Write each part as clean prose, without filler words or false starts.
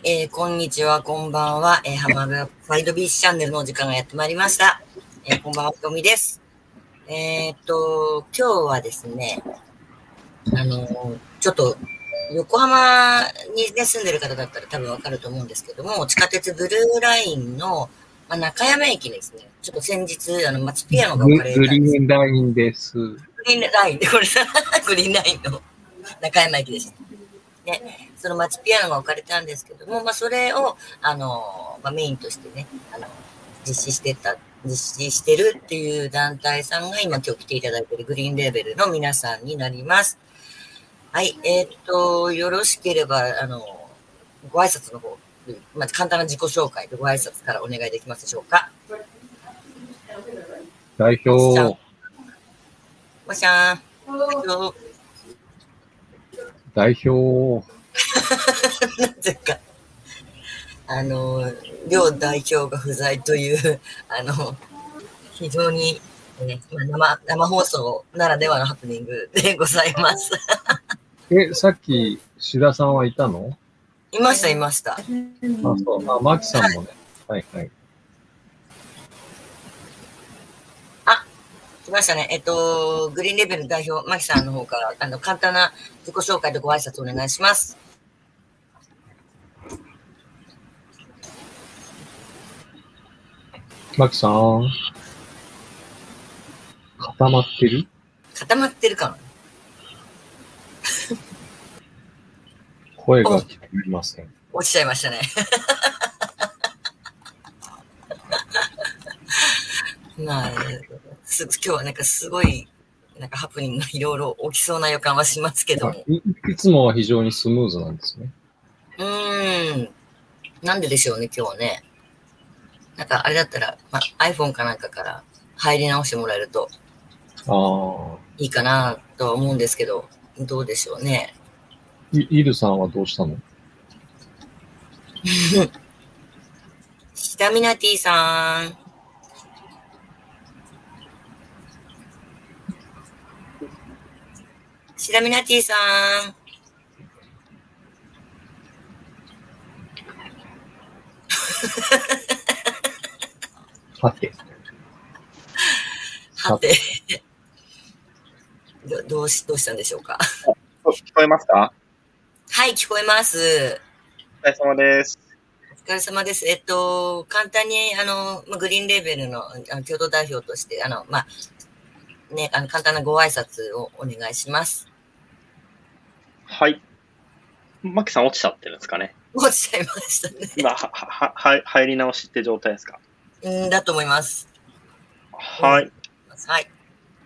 こんにちは、こんばんは。ハマるサイドビーチチャンネルのお時間がやってまいりました。こんばんは、ひとみです。今日はですね、ちょっと、横浜に、ね、住んでる方だったら多分わかると思うんですけども、地下鉄ブルーラインの、中山駅ですね、ちょっと先日、街ピアノが置かれたんです。 グリーンラインです。 グリーンラインで、これさ、グリーンラインの中山駅でした。ね、その街ピアノが置かれたんですけども、それを、メインとしてね、実施してるっていう団体さんが今日来ていただいているグリーンレーベルの皆さんになります。はい、よろしければ、ご挨拶の方、簡単な自己紹介とご挨拶からお願いできますでしょうか。 代表。 もしゃん。 代表。 なぜか、両代表が不在という、非常に、生放送ならではのハプニングでございます。 さっき、志田さんはいたの？ いました、いました。 そう。マキさんもね。はい。 来ましたね。グリーンレベル代表、マキさんの方から、簡単な自己紹介とご挨拶お願いします。 マキさん、固まってる？ 固まってるかな？ 声が聞こえません。 落ちちゃいましたね。今日はなんかすごい、なんかハプニングがいろいろ起きそうな予感はしますけども。 いつもは非常にスムーズなんですね。 なんででしょうね、今日はね。なんかあれだったら、iPhone かなんかから入り直してもらえるといいかなとは思うんですけど、どうでしょうね。 イルさんはどうしたの？ シタミナティさん。シタミナティさん。はて。どうしたんでしょうか。 聞こえますか？ はい、聞こえます。 お疲れ様です。 お疲れ様です。簡単に、グリーンレーベルの共同代表として、簡単なご挨拶をお願いします。 はい。マキさん落ちちゃってるんですかね？ 落ちちゃいましたね。 今、入り直しって状態ですか？ だと思います。 はい。 はい。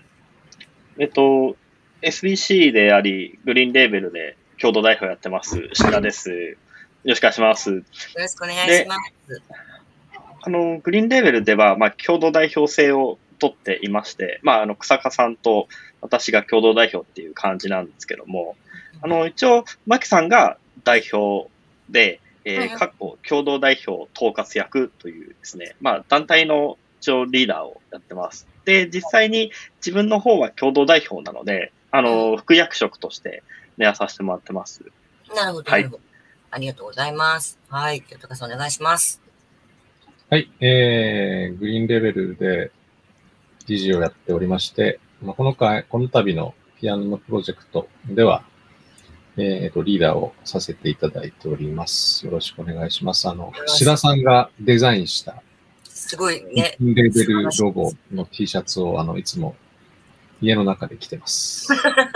SBC であり、グリーンレーベルで共同代表やってます、志田です。よろしくお願いします。よろしくお願いします。 グリーンレーベルでは、共同代表制を取っていまして、草加さんと私が共同代表っていう感じなんですけども、一応、マキさんが代表で、共同代表統括役というですね、団体の一応リーダーをやってます。で、実際に自分の方は共同代表なので、副役職としてやさせてもらってます。 なるほど。はい。ありがとうございます。はい。じゃあ、高さんお願いします。 はい。グリーンレベルで理事をやっておりまして、この度のピアノのプロジェクトでは、リーダーをさせていただいております。よろしくお願いします。志田さんがデザインした、 すごいね。 グリーンレベルロゴの T シャツを、いつも家の中で着てます。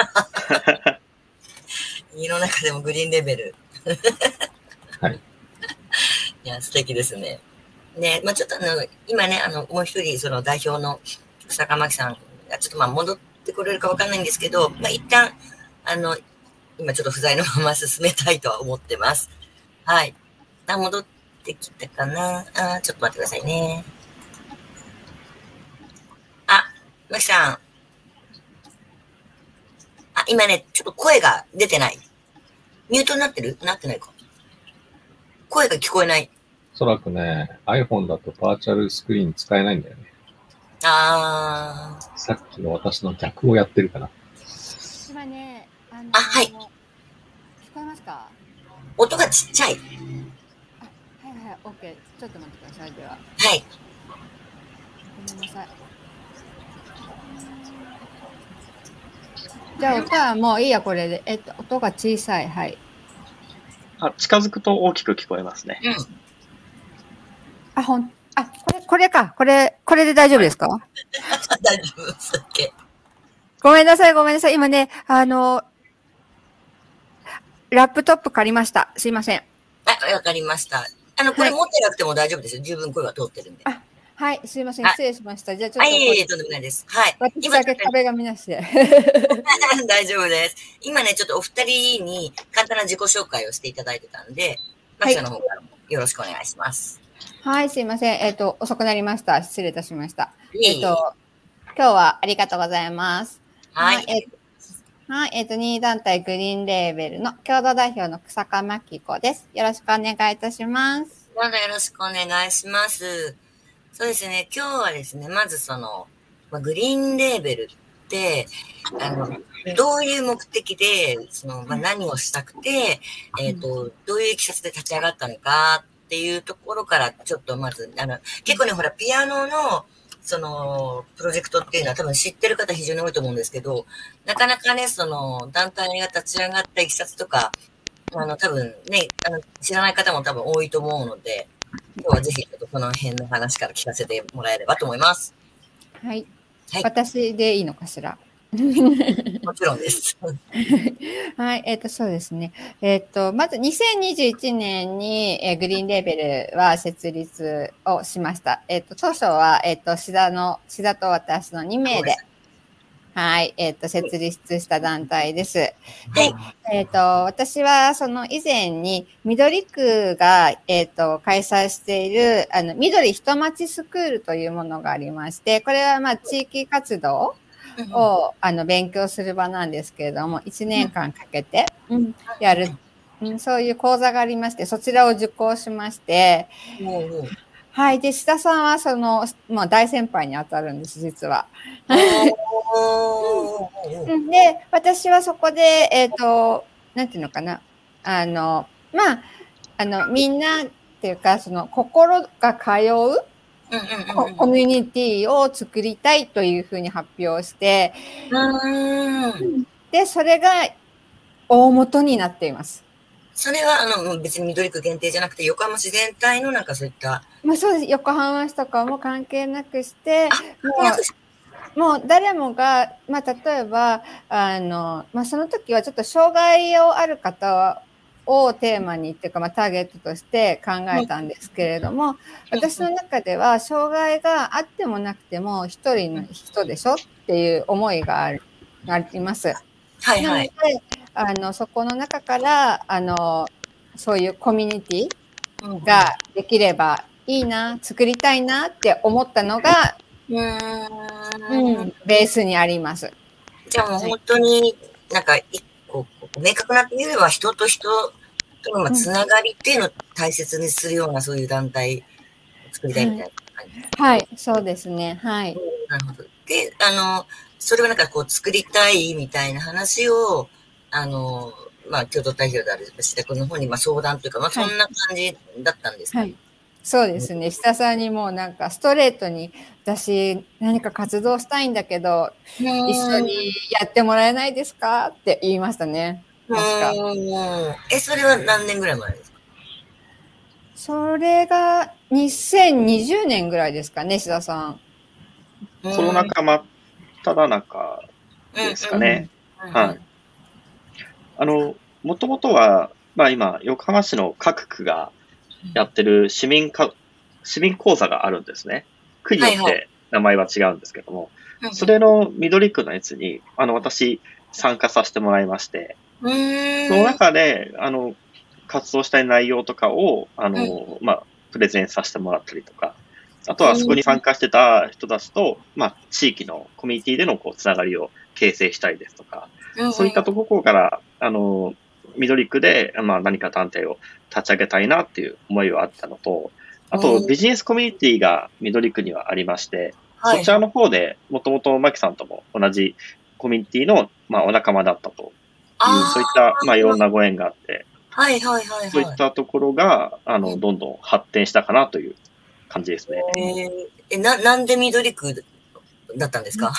家の中でもグリーンレベル。 はい。 いや、素敵ですね。ね、ちょっと今ね、もう一人、その代表の草加真紀さんがちょっと戻ってこれるかわかんないんですけど、一旦、今ちょっと不在のまま進めたいとは思ってます。はい。戻ってきたかな。ちょっと待ってくださいね。真紀さん。今ね、ちょっと声が出てない。ミュートになってる？なってないか。声が聞こえない。 おそらくね、iPhone だとバーチャルスクリーン使えないんだよね。さっきの私の逆をやってるかな。 今ね、 はい。 聞こえますか？ 音がちっちゃい。 OK。ちょっと待ってください。では。 はい。 ごめんなさい。じゃあ、音はもういいや、これで。音が小さい。はい。 近づくと大きく聞こえますね。 うん。 これか。これで大丈夫ですか？ 大丈夫です。OK。 ごめんなさい。今ね、ラップトップ借りました。すいません。 はい、わかりました。これ持ってなくても大丈夫ですよ。十分声は通ってるんで。 はい、すいません。失礼しました。じゃあちょっと。 いえ、とんでもないです。はい。 私だけ壁紙なしで。 大丈夫です。今ね、ちょっとお二人に簡単な自己紹介をしていただいてたんで、マキさんの方からもよろしくお願いします。 はい、すいません。遅くなりました。失礼いたしました。今日はありがとうございます。 はい。 はい、任意団体グリーンレーベルの共同代表の草加真紀子です。よろしくお願いいたします。 よろしくお願いします。そうですね、今日はですね、まずグリーンレーベルって、どういう目的で、何をしたくて、どういういきさつで立ち上がったのかっていうところから、ちょっとまず、結構ね、ほら、ピアノの、プロジェクトっていうのは多分知ってる方非常に多いと思うんですけど、なかなかね、団体が立ち上がったいきさつとか、多分ね、知らない方も多分多いと思うので、今日はぜひちょっとこの辺の話から聞かせてもらえればと思います。 はい。はい、私でいいのかしら。 もちろんです。 はい、そうですね。まず2021年に、グリーンレーベルは設立をしました。当初は、志田と私の2名で、はい、設立した団体です。で、私は以前に緑区が、開催している、緑人町スクールというものがありまして、これは地域活動を、勉強する場なんですけれども、1年間かけて、やる、そういう講座がありまして、そちらを受講しまして、はい。で、志田さんはもう大先輩に当たるんです、実は。で、私はそこで、なんていうのかな。みんなっていうか、心が通うコミュニティを作りたいというふうに発表して、で、それが大元になっています。 それは、別に緑区限定じゃなくて、横浜市全体のなんかそういった。 そうです。横浜市とかも関係なくして、もう誰もが、例えば、その時はちょっと障害をある方をテーマにっていうか、ターゲットとして考えたんですけれども、私の中では障害があってもなくても一人の人でしょっていう思いがあります。 はいはい。 なので、そこの中から、そういうコミュニティができればいいな、作りたいなって思ったのが、ベースにあります。 じゃあもう本当になんか一個明確なって言えば人と人とのつながりっていうのを大切にするようなそういう団体を作りたいみたいな感じ。 はい、そうですね。はい。 なるほど。で、それをなんか作りたいみたいな話を、共同代表である志田君の方に相談というか、そんな感じだったんですか？ はい。そうですね。志田さんにもなんかストレートに、私何か活動したいんだけど、一緒にやってもらえないですかって言いましたね。確か。 それは何年ぐらい前ですか？ それが2020年ぐらいですかね、志田さん。 コロナ禍真っただ中ですかね。はい。もともとは、今、横浜市の各区がやってる市民講座があるんですね。区によって名前は違うんですけども、それの緑区のやつに、私、参加させてもらいまして、その中で、活動したい内容とかを、プレゼンさせてもらったりとか、あとはそこに参加してた人たちと、地域のコミュニティでのつながりを形成したいですとか、そういったところから、緑区で、何か団体を立ち上げたいなっていう思いはあったのと、あと、ビジネスコミュニティが緑区にはありまして、そちらの方で、もともとマキさんとも同じコミュニティの、お仲間だったという、そういった、いろんなご縁があって、 はいはいはいはい。 そういったところが、どんどん発展したかなという感じですね。 なんで緑区だったんですか？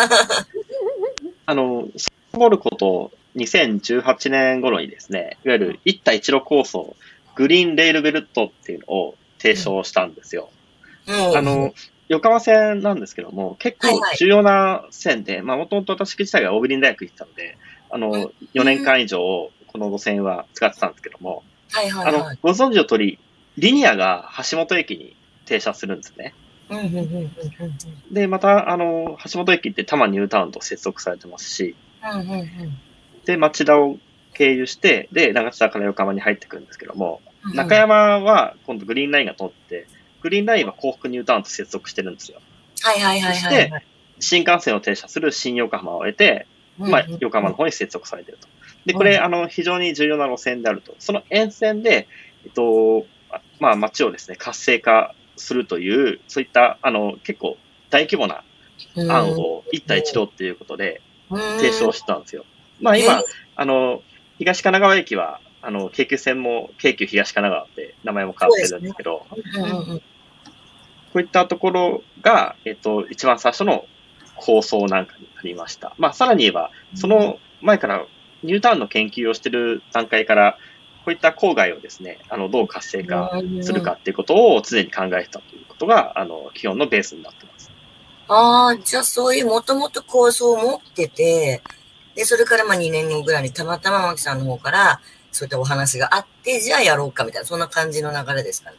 遡ること2018年頃にですね、いわゆる一帯一路構想、グリーンレールベルトっていうのを提唱したんですよ。横浜線なんですけども、結構重要な線で、もともと私自体が大林大学行ってたので、4年間以上この路線は使ってたんですけども、ご存知の通り、リニアが橋本駅に停車するんですね。で、また、橋本駅って多摩ニュータウンと接続されてますし、で、町田を経由して、で、長津田から横浜に入ってくるんですけども、中山は今度グリーンラインが通って、グリーンラインは幸福ニュータウンと接続してるんですよ。そして、新幹線を停車する新横浜を得て、横浜の方に接続されていると。で、これ、非常に重要な路線であると。その沿線で、街をですね、活性化するという、そういった、結構大規模な案を一帯一路っていうことで提唱してたんですよ。今、東神奈川駅は、京急線も京急東神奈川って名前も変わってるんですけど、こういったところが、一番最初の構想なんかになりました。さらに言えば、その前からニュータウンの研究をしている段階から、こういった郊外をですね、どう活性化するかっていうことを常に考えてたということが、基本のベースになってます。 じゃあそういうもともと構想を持ってて、で、それから2年後ぐらいにたまたま牧さんの方から、そういったお話があって、じゃあやろうかみたいな、そんな感じの流れですかね。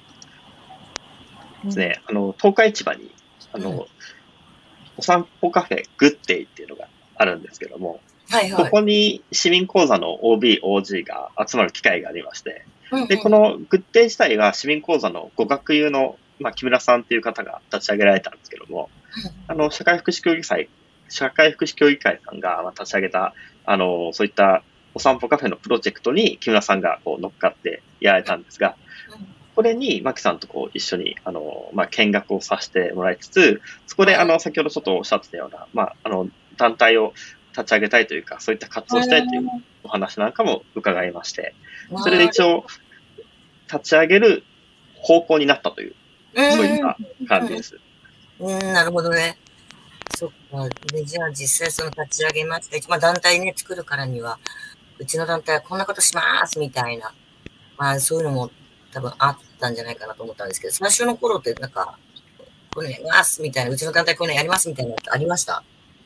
ですね、東海市場に、お散歩カフェグッデイっていうのがあるんですけども、ここに市民講座の OB、OG が集まる機会がありまして、で、このグッデイ自体が市民講座のご学友の、木村さんっていう方が立ち上げられたんですけども、社会福祉協議会さんが立ち上げた、そういったお散歩カフェのプロジェクトに木村さんが乗っかってやられたんですが、これに牧さんと一緒に、見学をさせてもらいつつ、そこで、先ほどちょっとおっしゃってたような、団体を立ち上げたいというか、そういった活動をしたいというお話なんかも伺いまして、それで一応、立ち上げる方向になったという、そういった感じです。 なるほどね。そっか。で、じゃあ実際その立ち上げました。団体ね、作るからには、うちの団体はこんなことしますみたいな、そういうのも多分あったんじゃないかなと思ったんですけど、最初の頃ってなんか、こういうのやりますみたいな、うちの団体こういうのやりますみたいなのってありました？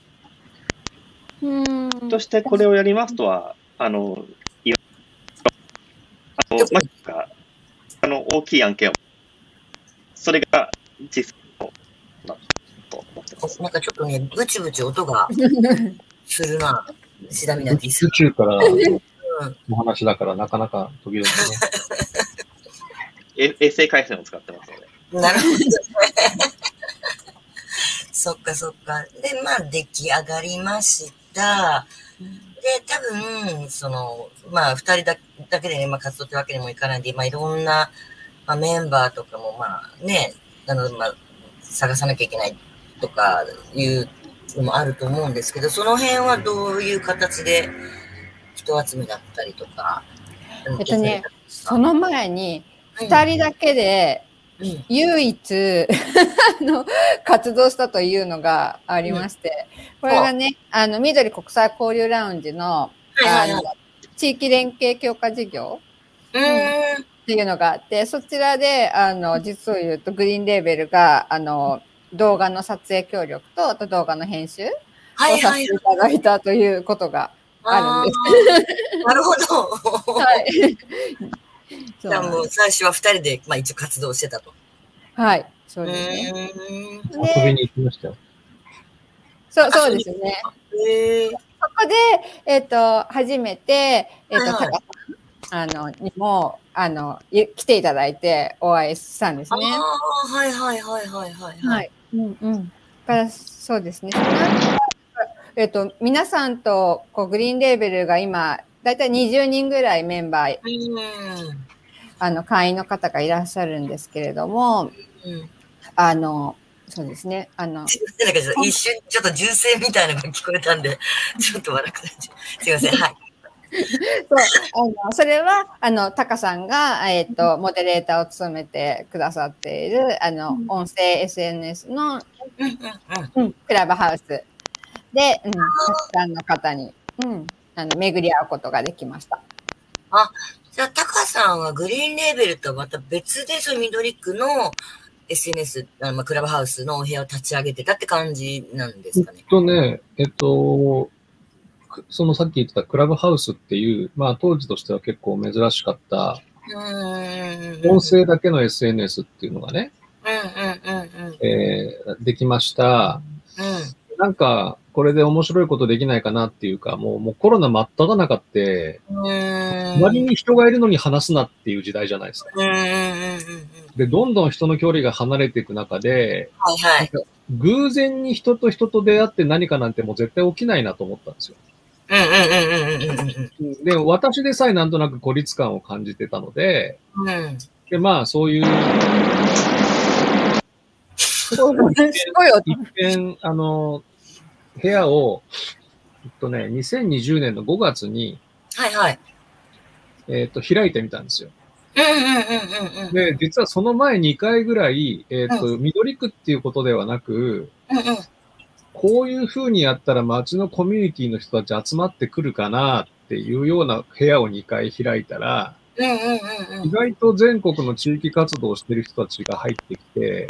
としてこれをやりますとは、大きい案件を、それが実際だと思ってます。 なんかちょっとね、ブチブチ音がするな、シダミナティス。 宇宙からお話だからなかなか途切れですね。衛星回線を使ってますので。 なるほど。そっかそっか。で、出来上がりました。で、多分、二人だけでね、活動ってわけにもいかないんで、いろんな、メンバーとかも、探さなきゃいけないとかいうのもあると思うんですけど、その辺はどういう形で人集めだったりとか。 その前に、二人だけで、唯一活動したというのがありまして、これがね、緑国際交流ラウンジの、地域連携強化事業っていうのがあって、そちらで、実を言うと、グリーンレーベルが、動画の撮影協力と、あと動画の編集をさせていただいたということがあるんです。 なるほど。 はい。 じゃあもう最初は二人で、一応活動してたと。 はい、そうですね。 遊びに行きましたよ。 そうですね。そこで、初めて、タカさん、にも、来ていただいてお会いしたんですね。はい。からそうですね。皆さんとグリーンレーベルが今、だいたい20人ぐらいメンバー、会員の方がいらっしゃるんですけれども、そうですね。 一瞬ちょっと銃声みたいなのが聞こえたんで、ちょっと笑くなっちゃう。すいません。はい。 それは、タカさんが、モデレーターを務めてくださっている、音声 SNS の、クラブハウスで、たくさんの方に、巡り合うことができました。 じゃあ、タカさんはグリーンレーベルとまた別で、その緑区の SNS、クラブハウスのお部屋を立ち上げてたって感じなんですかね。 そのさっき言ってたクラブハウスっていう、当時としては結構珍しかった、音声だけの SNS っていうのがね、できました。なんか、これで面白いことできないかなっていうか、もうコロナ真っ只中って、周りに人がいるのに話すなっていう時代じゃないですか。で、どんどん人の距離が離れていく中で、偶然に人と人と出会って何かなんてもう絶対起きないなと思ったんですよ。で、私でさえなんとなく孤立感を感じてたので、で、そういう、一見、部屋を、2020年の5月に、開いてみたんですよ。で、実はその前2回ぐらい、緑区っていうことではなく、こういう風にやったら街のコミュニティの人たち集まってくるかなっていうような部屋を2回開いたら、意外と全国の地域活動をしてる人たちが入ってきて、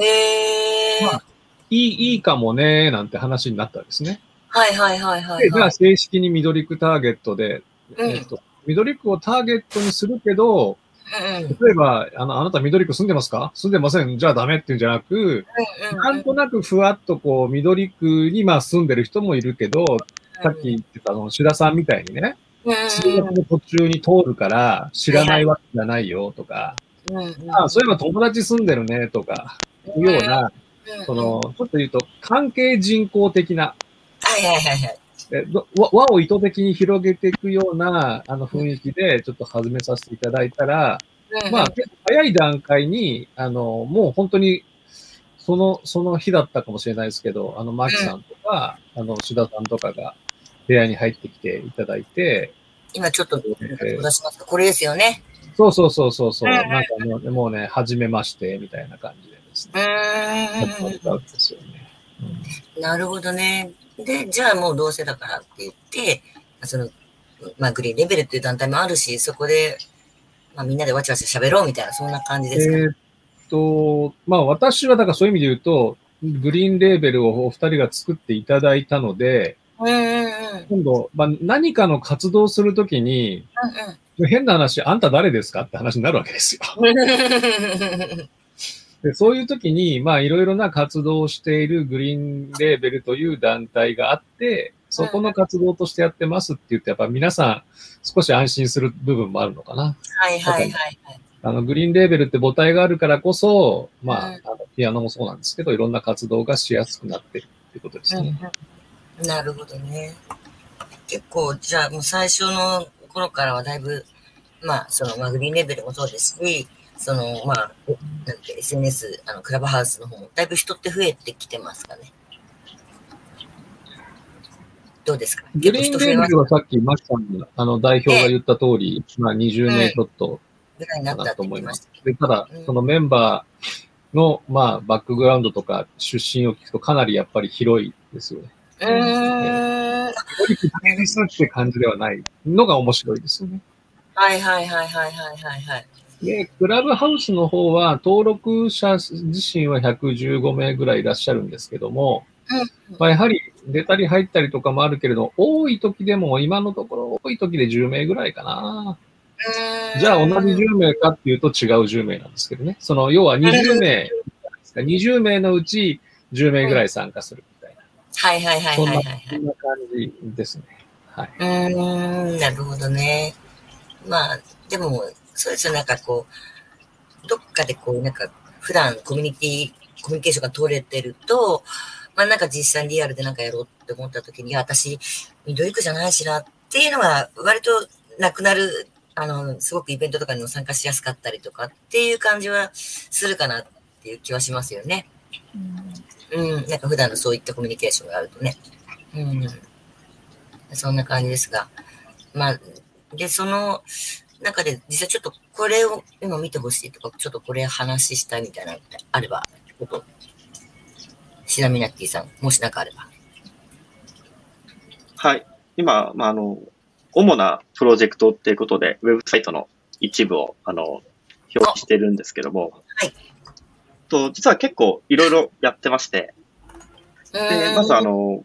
いいかもねーなんて話になったんですね。で、じゃあ正式に緑区ターゲットで、緑区をターゲットにするけど、例えば、あなた緑区住んでますか？住んでません。じゃあダメっていうんじゃなく、なんとなくふわっとこう、緑区に住んでる人もいるけど、さっき言ってた志田さんみたいにね、通学の途中に通るから知らないわけじゃないよとか、そういえば友達住んでるねとか、いうような、ちょっと言うと、関係人口的な、輪を意図的に広げていくような雰囲気でちょっと始めさせていただいたら、結構早い段階に、もう本当に、その日だったかもしれないですけど、マキさんとか、志田さんとかが部屋に入ってきていただいて、 今ちょっと出しますか、これですよね。 そう。なんかもうね、初めまして、みたいな感じでですね。ですよね。 なるほどね。で、じゃあもうどうせだからって言って、グリーンレベルっていう団体もあるし、そこで、みんなでわちゃわちゃ喋ろうみたいな、そんな感じですか？ 私はだからそういう意味で言うと、グリーンレーベルをお二人が作っていただいたので、今度、何かの活動するときに、変な話、あんた誰ですかって話になるわけですよ。でそういうときに、いろいろな活動をしているグリーンレーベルという団体があって、そこの活動としてやってますって言って、やっぱ皆さん少し安心する部分もあるのかな。グリーンレーベルって母体があるからこそ、ピアノもそうなんですけど、いろんな活動がしやすくなっているっていうことですね。 なるほどね。結構、じゃあもう最初の頃からはだいぶ、グリーンレーベルもそうですし、SNS、クラブハウスの方も、だいぶ人って増えてきてますかね。どうですか？ グリーンレーベルはさっき、マキさんが、代表が言った通り、20名ちょっと、 ぐらいになったと思います。 で、ただ、そのメンバーの、バックグラウンドとか出身を聞くとかなりやっぱり広いですよね。広いだけですって感じではないのが面白いですよね。で、クラブハウスの方は、登録者自身は115名ぐらいいらっしゃるんですけども、やはり出たり入ったりとかもあるけれど、多い時でも、今のところ多い時で10名ぐらいかな。じゃあ同じ10名かっていうと違う10名なんですけどね。要は20名、20名のうち10名ぐらい参加するみたいな。そんな感じですね。 なるほどね。でも、そうですよ。どっかで普段コミュニケーションが取れてると、実際にリアルでやろうって思った時に、私、緑区じゃないしなっていうのは、割となくなる、すごくイベントとかにも参加しやすかったりとかっていう感じはするかなっていう気はしますよね。普段のそういったコミュニケーションがあるとね。そんな感じですが。 まあ、で、その中で実際ちょっとこれを今見てほしいとか、ちょっとこれ話したいみたいなのってあれば、ちょっと、シナミナッティさん、もしなんかあれば。 はい。今、主なプロジェクトっていうことで、ウェブサイトの一部を、表示してるんですけども、 はい。 実は結構いろいろやってまして、で、まず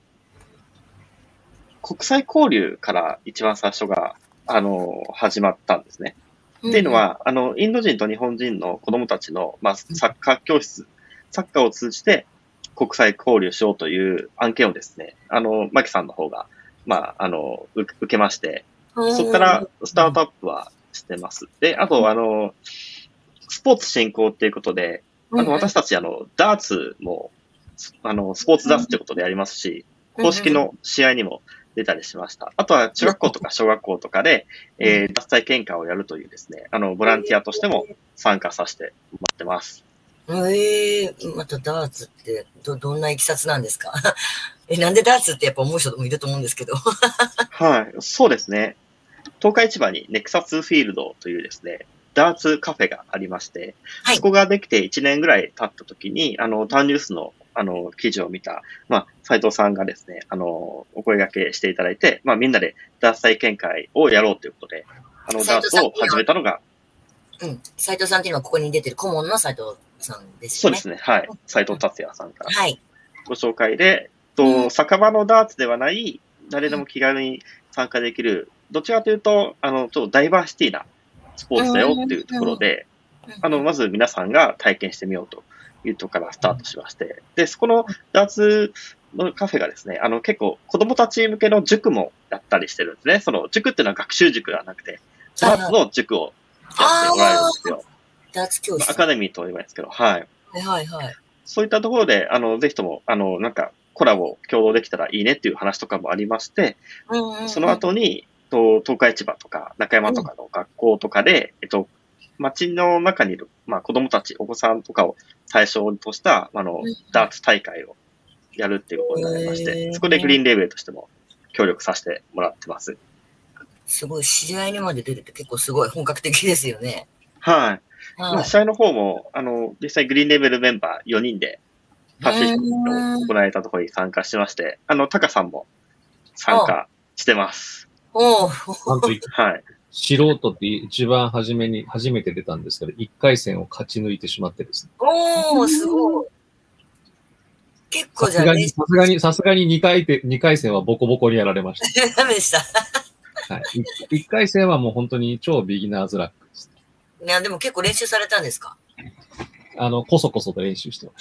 国際交流から一番最初が、始まったんですね。っていうのは、インド人と日本人の子供たちの、サッカー教室、サッカーを通じて国際交流しようという案件をですね、マキさんの方が、受けまして、そこからスタートアップはしてます。で、あと、スポーツ振興っていうことで、私たち、ダーツも、スポーツダーツってことでやりますし、公式の試合にも出たりしました。あとは中学校とか小学校とかで、ダーツ体験会をやるというですね、ボランティアとしても参加させてもらってます。 またダーツってどんないきさつなんですか？なんでダーツってやっぱ思う人もいると思うんですけど。 はい、そうですね。東海市場にネクサスフィールドというですね、ダーツカフェがありまして、はい、そこができて1年ぐらい経った時に、ターンニュースの記事を見た、斉藤さんがですね、お声掛けしていただいて、みんなでダーツ体験会をやろうということで、ダーツを始めたのが、 斉藤さんっていうのはここに出てる顧問の斉藤さんですよね。そうですね、はい。斉藤達也さんから。 はい。 ご紹介で、酒場のダーツではない、誰でも気軽に参加できる、どちらかというと、ちょっとダイバーシティなスポーツだよっていうところで、まず皆さんが体験してみようというところからスタートしまして、で、そこのダーツのカフェがですね、結構子供たち向けの塾もやったりしてるんですね。その塾っていうのは学習塾ではなくて、ダーツの塾をやってもらえるんですよ。 ダーツ教室。 アカデミーと言えばいいんですけど、はい。 はいはい。 そういったところで、ぜひとも、コラボ共同できたらいいねっていう話とかもありまして、その後に、東海市場とか中山とかの学校とかで、街の中にいる、子供たち、お子さんとかを対象とした、ダーツ大会をやるっていうことになりまして、そこでグリーンレーベルとしても協力させてもらってます。 すごい、試合にまで出るって結構すごい本格的ですよね。 はい。試合の方も、実際グリーンレーベルメンバー4人で、パシフィックを行われたところに参加しまして、タカさんも参加してます。 はい。素人って一番初めて出たんですけど、1回戦を勝ち抜いてしまってですね。 すごい。結構じゃさすがに2回戦はボコボコにやられました。 ダメでした。 はい。1回戦はもう本当に超ビギナーズラックです。 いや、でも結構練習されたんですか？ こそこそと練習してました。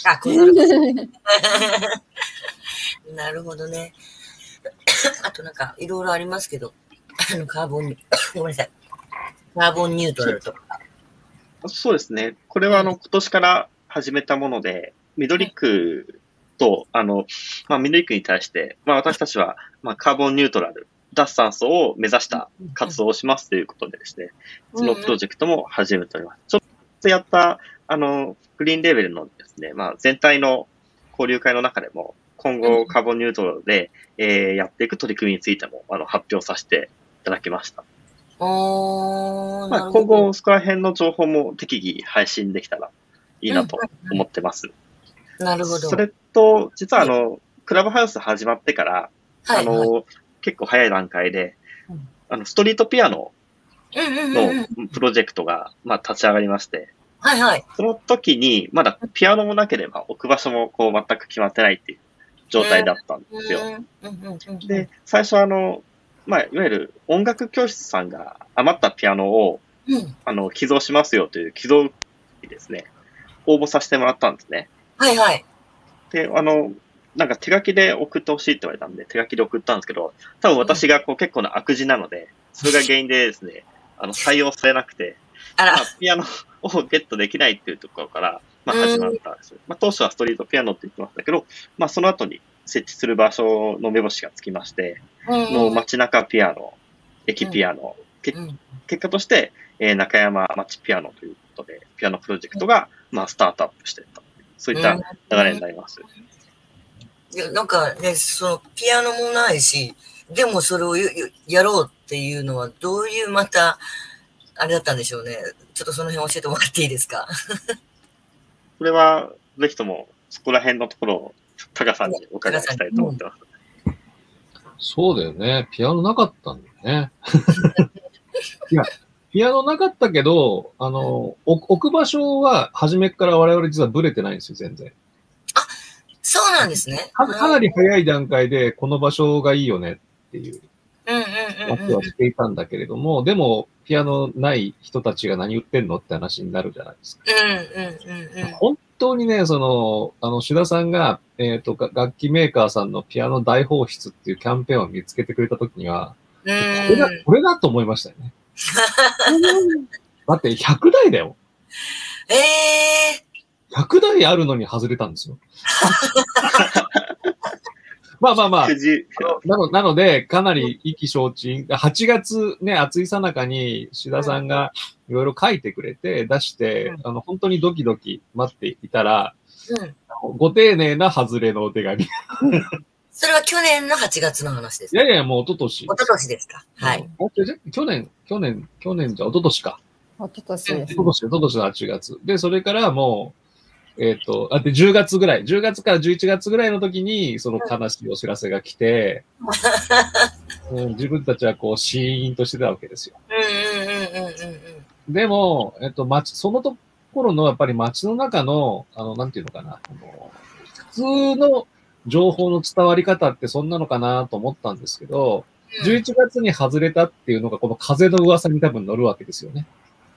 なるほどね。あとなんか、いろいろありますけど、ごめんなさい。カーボンニュートラルとか。 そうですね。これは今年から始めたもので、緑区と、緑区に対して、私たちは、カーボンニュートラル、脱炭素を目指した活動をしますということでですね、そのプロジェクトも始めております。ちょっとやった、グリーンレーベルのですね、全体の交流会の中でも、今後カーボンニュートラルで、やっていく取り組みについても、発表させていただきました。今後、そこら辺の情報も適宜配信できたらいいなと思ってます。 なるほど。 それと、実はクラブハウス始まってから、結構早い段階で、ストリートピアノのプロジェクトが、立ち上がりまして、 はいはい。 その時に、まだピアノもなければ置く場所も全く決まってないっていう状態だったんですよ。で、最初いわゆる音楽教室さんが余ったピアノを、寄贈しますよという寄贈にですね、応募させてもらったんですね。 はいはい。 で、なんか手書きで送ってほしいって言われたんで、手書きで送ったんですけど、多分私が結構な悪事なので、それが原因でですね、採用されなくて、ピアノをゲットできないっていうところから、始まったんです。当初はストリートピアノって言ってましたけど、その後に設置する場所の目星がつきまして、もう街中ピアノ、駅ピアノ、結果として、中山街ピアノということで、ピアノプロジェクトが、スタートアップしていった。そういった流れになります。 いや、なんかね、そのピアノもないし、でもそれをやろうっっていうのは、どういうまた、あれだったんでしょうね。ちょっとその辺教えてもらっていいですか？ これは、ぜひとも、そこら辺のところを、タカさんにお伺いしたいと思ってます。 そうだよね。ピアノなかったんだよね。いや、ピアノなかったけど、置く場所は、初めから我々実はブレてないんですよ、全然。 そうなんですね。 かなり早い段階で、この場所がいいよねっていう、 うん話はしていたんだけれども、でも、ピアノない人たちが何言ってんのって話になるじゃないですか。本当にね、志田さんが、楽器メーカーさんのピアノ大放出っていうキャンペーンを見つけてくれたときには、これだと思いましたよね。だって100台だよ。100台あるのに外れたんですよ。まあ。なので、かなり意気消沈。8月ね、暑いさなかに、志田さんがいろいろ書いてくれて、出して、本当にドキドキ待っていたら、ご丁寧な外れのお手紙。 それは去年の8月の話ですか？ いや、もう一昨年。 一昨年ですか？はい。 去年じゃ一昨年か。 一昨年です。 一昨年の8月。で、それからもう、10月ぐらい、10月から11月ぐらいの時に、その悲しいお知らせが来て、自分たちはこう、シーンとしてたわけですよ。でも、その頃のやっぱり街の中の、なんていうのかな、普通の情報の伝わり方ってそんなのかなと思ったんですけど、11月に外れたっていうのがこの風の噂に多分乗るわけですよね。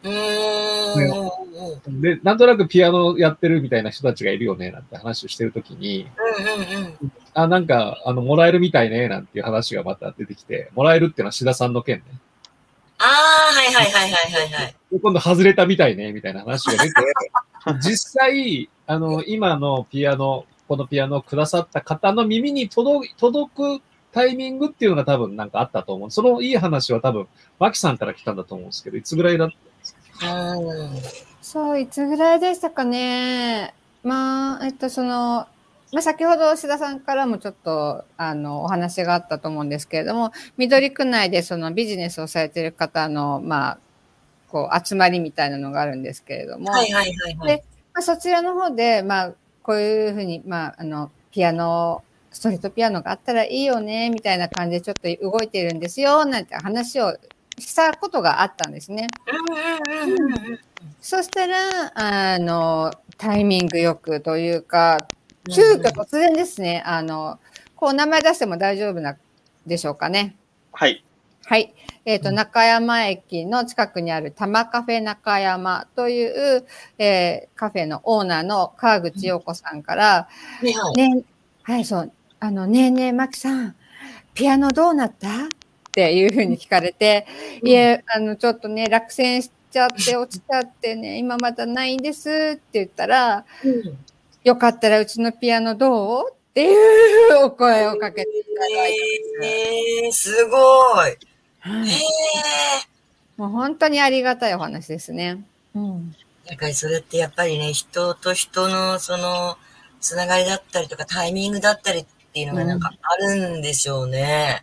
で、なんとなくピアノやってるみたいな人たちがいるよね、なんて話をしてるときに、なんか、もらえるみたいね、なんていう話がまた出てきて、もらえるっていうのは志田さんの件ね。今度外れたみたいね、みたいな話が出て、実際、今のピアノ、このピアノをくださった方の耳に届くタイミングっていうのが多分なんかあったと思う。そのいい話は多分、マキさんから来たんだと思うんですけど、いつぐらいだったんですか？ そう、いつぐらいでしたかね。先ほど志田さんからもちょっと、お話があったと思うんですけれども、緑区内でそのビジネスをされている方の、こう、集まりみたいなのがあるんですけれども、で、そちらの方で、こういうふうに、ピアノ、ストリートピアノがあったらいいよね、みたいな感じでちょっと動いているんですよ、なんて話をしたことがあったんですね。そしたら、タイミングよくというか、急遽突然ですね、こう名前出しても大丈夫なでしょうかね。 はい。 はい。中山駅の近くにある玉カフェ中山という、カフェのオーナーの川口陽子さんから、マキさん、ピアノどうなったっていうふうに聞かれて、いえ、ちょっとね、落選しちゃって落ちちゃってね、今まだないんですって言ったら、よかったらうちのピアノどうっていうお声をかけていただいて。 すごい。 もう本当にありがたいお話ですね。 だからそれってやっぱりね、人と人のそのつながりだったりとかタイミングだったりっていうのがなんかあるんでしょうね。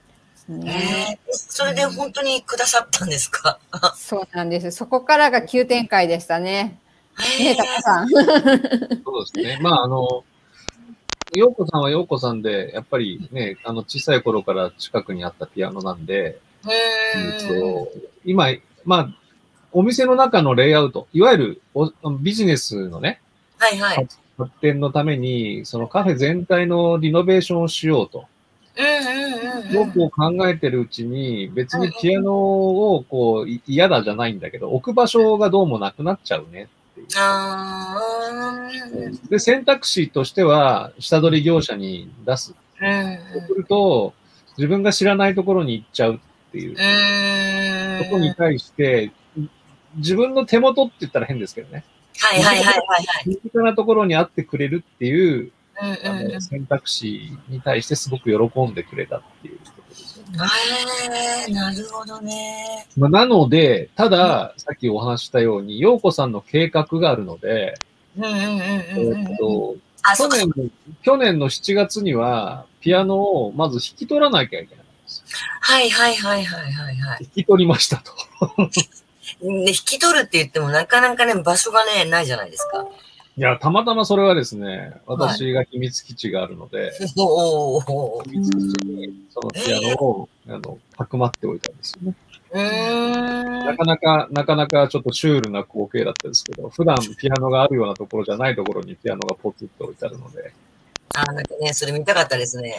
それで本当にくださったんですか？ そうなんです。そこからが急展開でしたね。ねえ、タカさん。 そうですね。陽子さんは陽子さんで、やっぱりね、小さい頃から近くにあったピアノなんで、今、お店の中のレイアウト、いわゆるビジネスのね、発展のために、そのカフェ全体のリノベーションをしようと。よく考えてるうちに、別にピアノをこう嫌だじゃないんだけど、置く場所がどうもなくなっちゃうねっていう。で、選択肢としては、下取り業者に出す。そうすると、自分が知らないところに行っちゃうっていう。そこに対して、自分の手元って言ったら変ですけどね。身近なところにあってくれるっていう選択肢に対してすごく喜んでくれたっていうことですよね。 なるほどね。 なので、ただ、さっきお話したように、陽子さんの計画があるので、去年の7月には、ピアノをまず引き取らなきゃいけないんです。 ですよ。 はいはいはいはいはいはい。 引き取りましたと。 ね、引き取るって言ってもなかなかね、場所がね、ないじゃないですか。 いや、たまたまそれはですね、 はい。 私が秘密基地があるので、 おー。 秘密基地にそのピアノを、かくまっておいたんですよね。なかなかちょっとシュールな光景だったんですけど、普段ピアノがあるようなところじゃないところにピアノがポツッと置いてあるので。 なんかね、それ見たかったですね。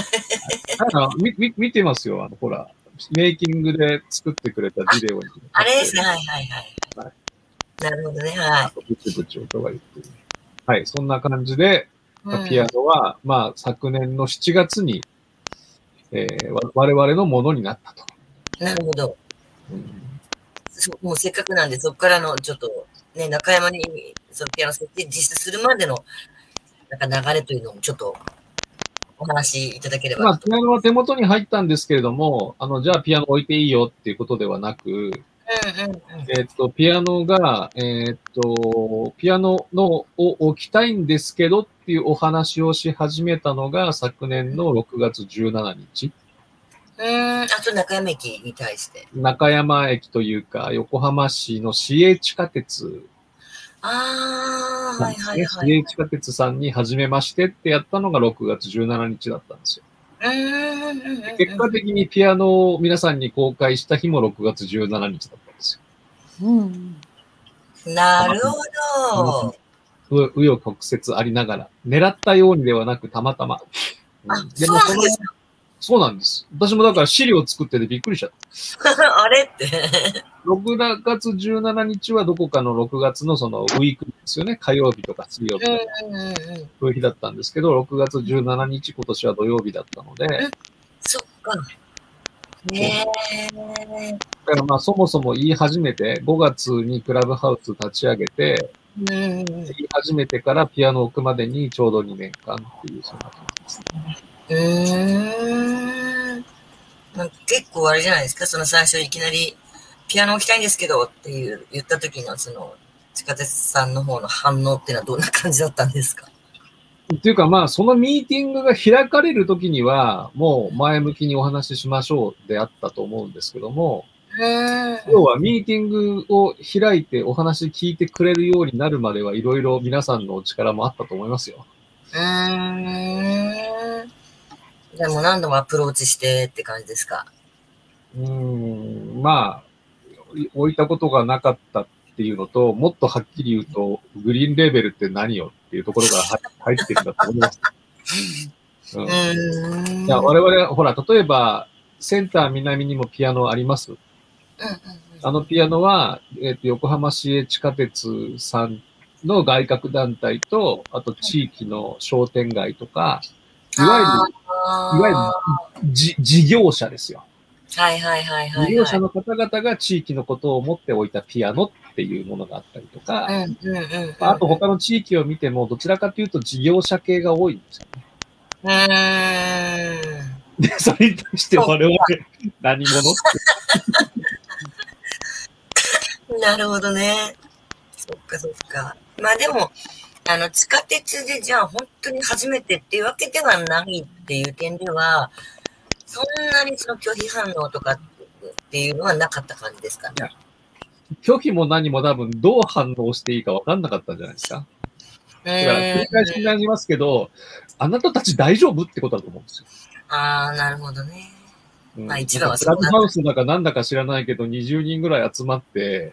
見てますよ、ほら、メイキングで作ってくれたビデオに。 あれですね、はいはいはい。 はい、 なるほどね、はい。 ブチブチ音が言ってる。はい、そんな感じで、ピアノは、まあ、昨年の7月に、我々のものになったと。 なるほど。もうせっかくなんで、そこからのちょっと、ね、中山にそのピアノ設置実施するまでのなんか流れというのもちょっとお話しいただければ。 まあ、ピアノは手元に入ったんですけれども、じゃあピアノ置いていいよっていうことではなく、ピアノが、ピアノを置きたいんですけどっていうお話をし始めたのが昨年の6月17日。 あと中山駅に対して。 中山駅というか、横浜市の市営地下鉄。 はいはいはい。 市営地下鉄さんに初めましてってやったのが6月17日だったんですよ。結果的にピアノを皆さんに公開した日も6月17日だったんですよ。なるほど。 紆余曲折ありながら、狙ったようにではなくたまたま。 でもそうなんです。私もだから資料を作っててびっくりしちゃった。 あれって。 6月17日はどこかの6月のそのウィークですよね。火曜日とか水曜日とか。そういう日だったんですけど、6月17日今年は土曜日だったので。 そっか。ねえ。 だからまあそもそも言い始めて、5月にクラブハウス立ち上げて、言い始めてからピアノを置くまでにちょうど2年間っていうそんな感じですね。 結構あれじゃないですか、その最初いきなりピアノ置きたいんですけどって言った時のその地下鉄さんの方の反応っていうのはどんな感じだったんですか？ っていうかまあそのミーティングが開かれる時にはもう前向きにお話ししましょうであったと思うんですけども、要はミーティングを開いてお話聞いてくれるようになるまではいろいろ皆さんのお力もあったと思いますよ。 でも何度もアプローチしてって感じですか？ まあ、置いたことがなかったっていうのと、もっとはっきり言うと、グリーンレーベルって何よっていうところが入ってるんだと思います。いや我々、ほら、例えば、センター南にもピアノあります。あのピアノは、横浜市営地下鉄さんの外郭団体と、あと地域の商店街とか、いわゆる事業者ですよ。 はいはいはいはい。 事業者の方々が地域のことを思っておいたピアノっていうものがあったりとか、あと他の地域を見ても、どちらかというと事業者系が多いんですよね。で、それに対して我々何者ってなるほどね。そっかそっか。まあでも、地下鉄でじゃあ本当に初めてっていうわけではないっていう点では、そんなにその拒否反応とかっていうのはなかった感じですかね。 拒否も何も多分どう反応していいか分かんなかったんじゃないですか。だから繰り返しになりますけど、あなたたち大丈夫ってことだと思うんですよ。 なるほどね。まあ一番はクラブハウスだかなんだか知らないけど、20人ぐらい集まって、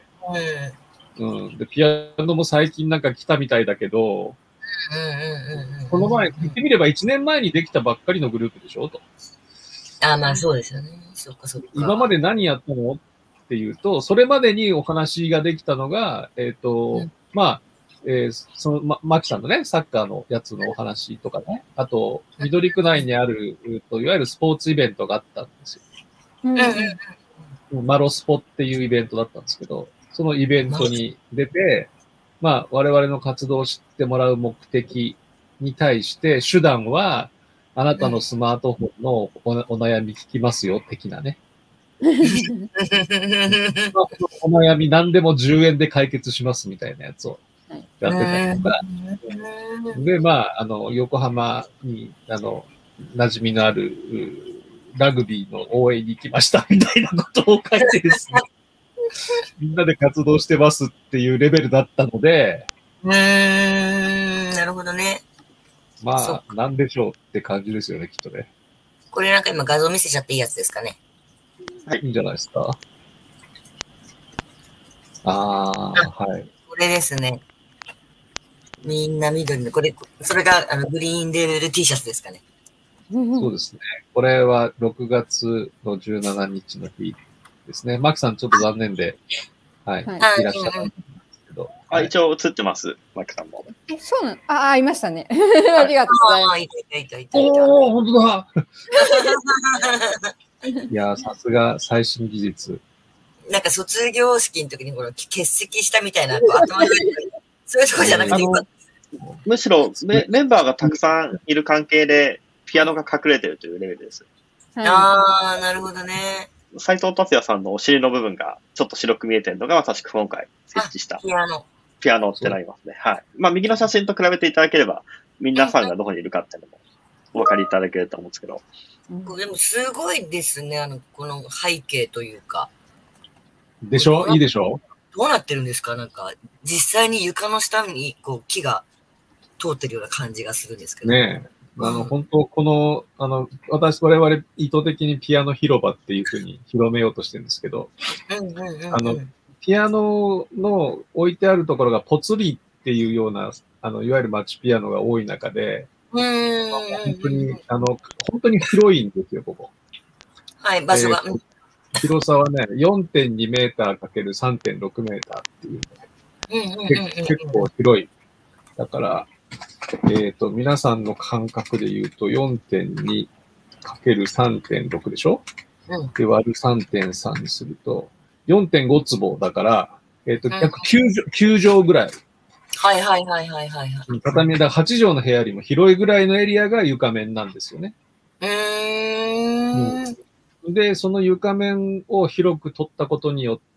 でピアノも最近なんか来たみたいだけど、この前、言ってみれば1年前にできたばっかりのグループでしょと。 まあそうですよね。そっかそっか。 今まで何やったのっていうと、それまでにお話ができたのが、まあ、マキさんのね、サッカーのやつのお話とかね、あと、緑区内にある、いわゆるスポーツイベントがあったんですよ。マロスポっていうイベントだったんですけど、そのイベントに出て、まあ、我々の活動を知ってもらう目的に対して、手段は、あなたのスマートフォンのお悩み聞きますよ、的なね。お悩み何でも10円で解決しますみたいなやつをやってたりとか。で、まあ、横浜に、馴染みのあるラグビーの応援に行きましたみたいなことを書いてですね、みんなで活動してますっていうレベルだったので、 なるほどね。 まあ、なんでしょうって感じですよね、きっとね。 これなんか今画像見せちゃっていいやつですかね。 いいんじゃないですか。はい。 これですね。みんな緑の、それがグリーンレベル T シャツですかね。 そうですね。これは6月の17日の日ですね。マキさんちょっと残念で、はい、いらっしゃったんですけど。 一応映ってます、マキさんも。 そうなの？いましたね。ありがとうございます。 おー、本当だいやさすが最新技術。 なんか卒業式の時に欠席したみたいな、頭の上に、そういうとこじゃなくてよかった。 むしろメンバーがたくさんいる関係で、ピアノが隠れてるというレベルです。 なるほどね。 斉藤達也さんのお尻の部分がちょっと白く見えてるのが、まさしく今回設置したピアノってなりますね。はい。まあ、右の写真と比べていただければ、皆さんがどこにいるかっていうのもお分かりいただけると思うんですけど。 でもすごいですね、この背景というか。 でしょ？いいでしょ？ どうなってるんですか？なんか、実際に床の下に木が通ってるような感じがするんですけど。 ねえ。本当、我々意図的にピアノ広場っていうふうに広めようとしてるんですけど、ピアノの置いてあるところがポツリっていうような、いわゆるマッチピアノが多い中で、本当に広いんですよ、ここ。 はい、場所が。 広さはね、4.2 メーター ×3.6 メーターっていう、結構広い。だから、皆さんの感覚で言うと 4.2 ×3.6 でしょ、で、割る 3.3 にすると、4.5 坪だから、約9畳ぐらい。畳だ8畳の部屋よりも広いぐらいのエリアが床面なんですよね。で、その床面を広く取ったことによって、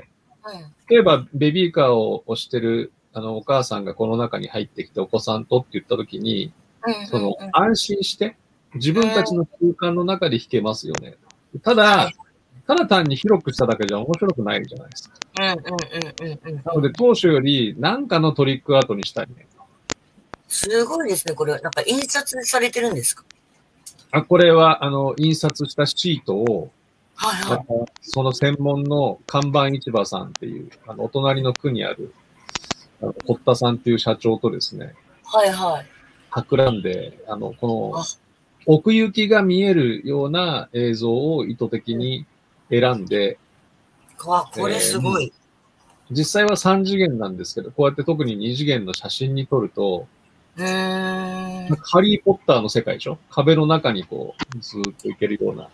例えばベビーカーを押してるお母さんがこの中に入ってきてお子さんとって言ったときに、安心して自分たちの空間の中で弾けますよね。ただ単に広くしただけじゃ面白くないじゃないですか。なので当初より何かのトリックアートにしたいね。 すごいですね。これ、なんか印刷されてるんですか？ これは、印刷したシートを、その専門の看板市場さんっていう、お隣の区にある、堀田さんっていう社長とですね、企んで、この、奥行きが見えるような映像を意図的に選んで、 これすごい。 実際は3次元なんですけど、こうやって特に2次元の写真に撮ると、ハリーポッターの世界でしょ？壁の中にこう、ずーっといけるような。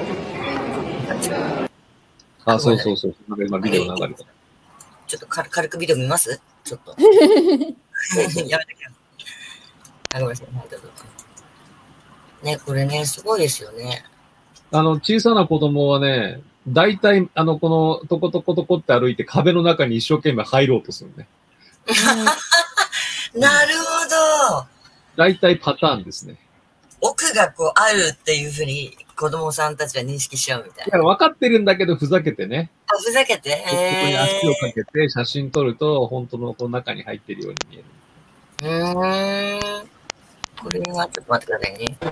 そうそうそう。今ビデオ流れた。 ちょっと軽くビデオ見ます？ちょっと。やめてください。ごめんなさい。ね、これね、すごいですよね。 小さな子供はね、大体、この、トコトコトコって歩いて壁の中に一生懸命入ろうとするね。 なるほど。 大体パターンですね。 奥があるっていうふうに子供さんたちは認識しちゃうみたいな。 分かってるんだけど、ふざけてね。 ふざけてここに足をかけて写真撮ると、本当のこの中に入ってるように見える。 これは、ちょっと待ってくださいね。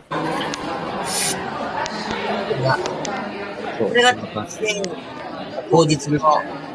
これが、当日の。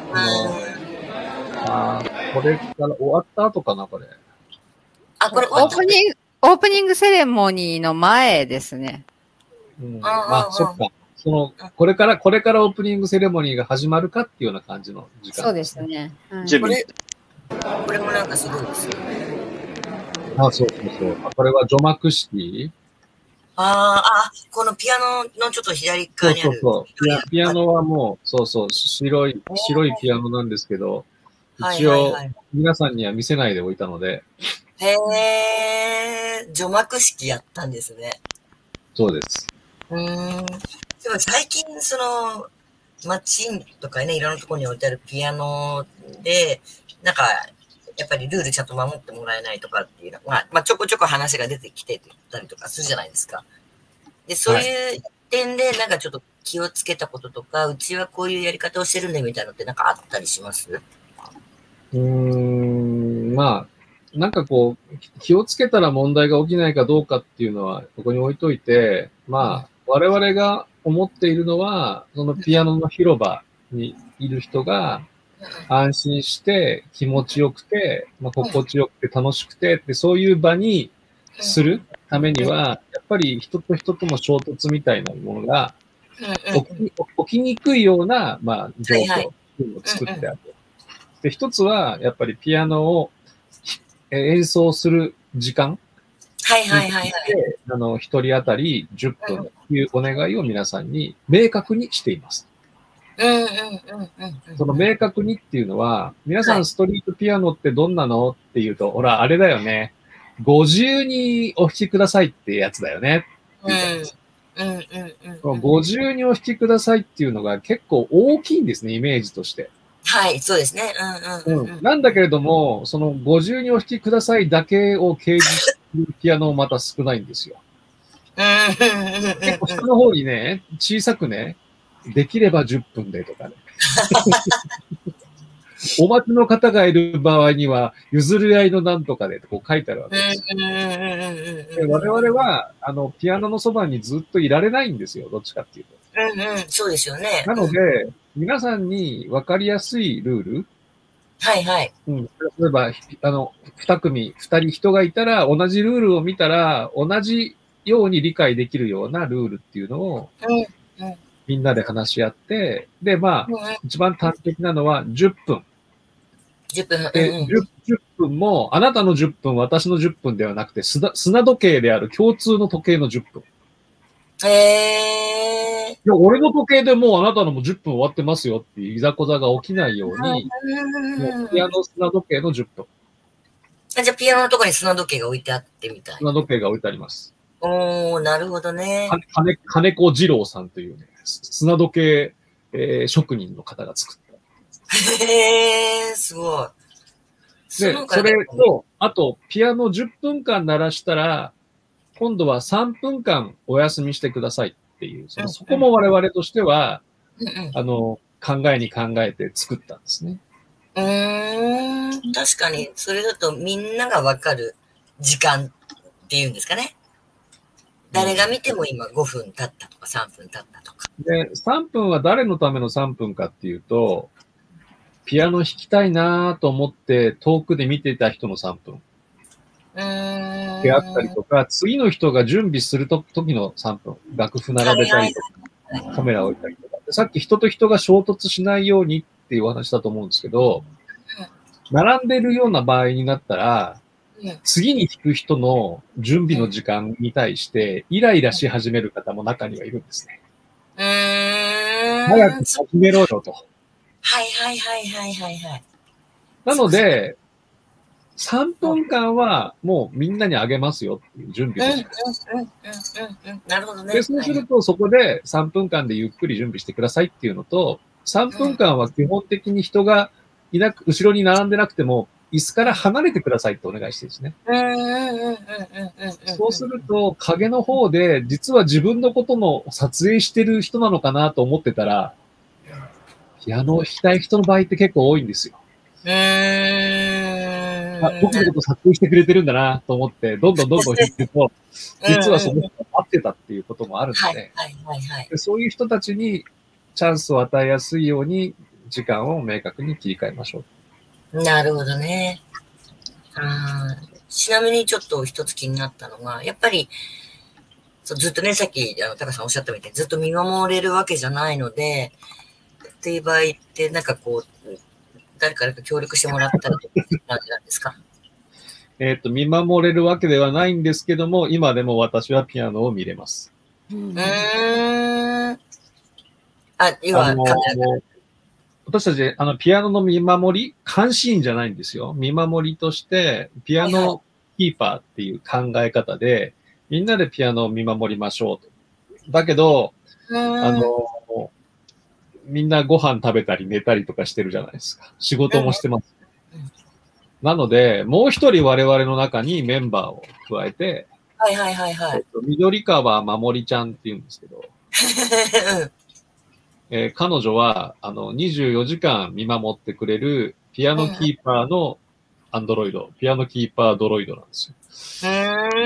これから終わった後かな、これ。 これ終わったオープニングセレモニーの前ですね。 そっか。これからオープニングセレモニーが始まるかっていうような感じの時間。 そうですね。 これもなんかすごいですよね。 そう。これは除幕式？ このピアノのちょっと左側にある。 そう。ピアノはもう、白いピアノなんですけど、一応、皆さんには見せないでおいたので。 除幕式やったんですね。 そうです。 でも最近、街とかね、いろんなところに置いてあるピアノで、なんか、やっぱりルールちゃんと守ってもらえないとかっていうのが、ちょこちょこ話が出てきてたりとかするじゃないですか。で、そういう点でなんかちょっと気をつけたこととか、うちはこういうやり方をしてるんだみたいなのってなんかあったりします？ まあ、なんかこう、気をつけたら問題が起きないかどうかっていうのは、ここに置いといて、まあ、我々が思っているのは、そのピアノの広場にいる人が、安心して気持ちよくて、まあ、心地よくて楽しくてって、そういう場にするためには、やっぱり人と人との衝突みたいなものが起きにくいような、まあ、状況を作ってある。で、一つは、やっぱりピアノを演奏する時間。 はいはいはいはい。 一人当たり10分というお願いを皆さんに明確にしています。その明確にっていうのは、皆さんストリートピアノってどんなのっていうと、ほら、あれだよね。50にお弾きくださいってやつだよね。50にお弾きくださいっていうのが結構大きいんですね、イメージとして。 はい、そうですね。 なんだけれども、その50にお弾きくださいだけを掲示しているピアノもまた少ないんですよ。結構下の方にね、小さくね、できれば10分でとかね。お待ちの方がいる場合には、譲り合いのなんとかでとこう書いてあるわけですよ。我々は、ピアノのそばにずっといられないんですよ、どっちかっていうと。 そうですよね。 なので、皆さんに分かりやすいルール。 はいはい。 例えば、2人人がいたら、同じルールを見たら、同じように理解できるようなルールっていうのを、みんなで話し合って、で、まあ、一番端的なのは10分。 10分。 10分も、あなたの10分、私の10分ではなくて、砂時計である共通の時計の10分。いや、俺の時計でもうあなたのも10分終わってますよっていういざこざが起きないように、もうピアノ砂時計の10分。 じゃあピアノのところに砂時計が置いてあってみたいな。 砂時計が置いてあります。 なるほどね。 金子二郎さんというね、砂時計、職人の方が作った。 すごい。 で、それと、あと、ピアノ10分間鳴らしたら、今度は3分間お休みしてくださいっていう、そこも我々としては、考えに考えて作ったんですね。 確かに、それだとみんながわかる時間っていうんですかね。誰が見ても今5分経ったとか3分経ったとか。 で、3分は誰のための3分かっていうと、ピアノ弾きたいなと思って遠くで見ていた人の3分。であったりとか、次の人が準備する時の3分。楽譜並べたりとか、カメラを置いたりとか。さっき人と人が衝突しないようにっていうお話だと思うんですけど、並んでるような場合になったら、次に弾く人の準備の時間に対してイライラし始める方も中にはいるんですね。早く始めろよと。 はい。 なので、3分間はもうみんなにあげますよっていう準備をしてなるほどね。 で、そうするとそこで3分間でゆっくり準備してくださいっていうのと、3分間は基本的に人が後ろに並んでなくても、椅子から離れてくださいってお願いしてるんですね。そうすると、影の方で、実は自分のことの撮影してる人なのかなと思ってたら、ピアノを弾きたい人の場合って結構多いんですよ。僕のこと撮影してくれてるんだなと思って、どんどん弾くと、実はその人が待ってたっていうこともあるので、そういう人たちにチャンスを与えやすいように、時間を明確に切り替えましょう。なるほどね。ちなみにちょっと一つ気になったのが、やっぱり、ずっとね、さっき、タカさんおっしゃったみたいに、ずっと見守れるわけじゃないので、っていう場合って、なんかこう、誰からか協力してもらったりとか感じなんですか？ 見守れるわけではないんですけども、今でも私はピアノを見れます。 要は私たち、ピアノの見守り、監視員じゃないんですよ。見守りとして、ピアノキーパーっていう考え方で、みんなでピアノを見守りましょうと。だけど、みんなご飯食べたり寝たりとかしてるじゃないですか。仕事もしてます。なので、もう一人我々の中にメンバーを加えて、緑川まもりちゃんって言うんですけど、 彼女は、24時間見守ってくれるピアノキーパーのアンドロイド、ピアノキーパードロイドなんですよ。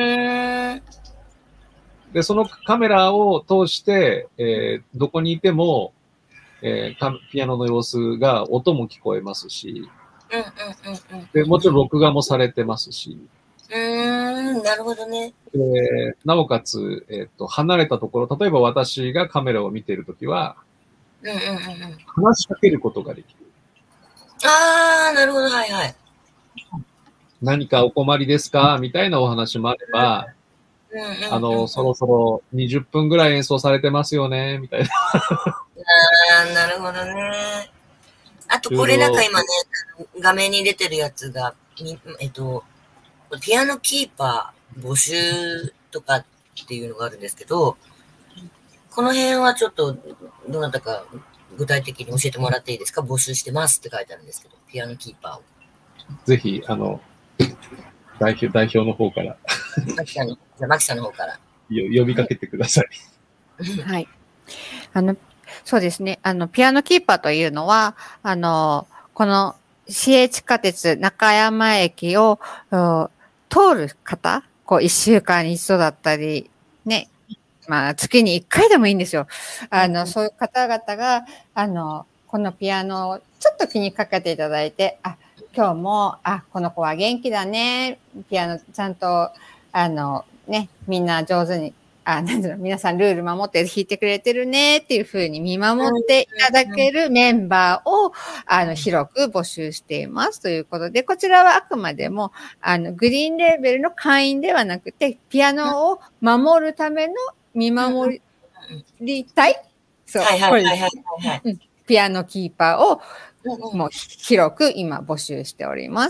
で、そのカメラを通して、どこにいても、ピアノの様子が音も聞こえますし、で、もちろん録画もされてますし、 なるほどね。 なおかつ、離れたところ、例えば私がカメラを見ているときは、話しかけることができる。 ああ、なるほど、はいはい。 何かお困りですかみたいなお話もあれば、そろそろ20分ぐらい演奏されてますよね、みたいな。 なるほどね。あと、これなんか今ね、画面に出てるやつが、ピアノキーパー募集とかっていうのがあるんですけど、この辺はちょっと、どなたか具体的に教えてもらっていいですか？募集してますって書いてあるんですけど、ピアノキーパーを。 ぜひ、代表の方から。 マキさんの方から。 呼びかけてください。 はい。そうですね。ピアノキーパーというのは、この市営地下鉄中山駅を通る方、1週間に一度だったり、ね、まあ、月に1回でもいいんですよ。そういう方々が、このピアノをちょっと気にかけていただいて、今日も、この子は元気だね。ピアノちゃんと、ね、みんな上手に、皆さんルール守って弾いてくれてるねっていうふうに見守っていただけるメンバーを、広く募集していますということで、こちらはあくまでも、グリーンレーベルの会員ではなくて、ピアノを守るための見守りたい。そう。ピアノキーパーを、もう広く今募集しております。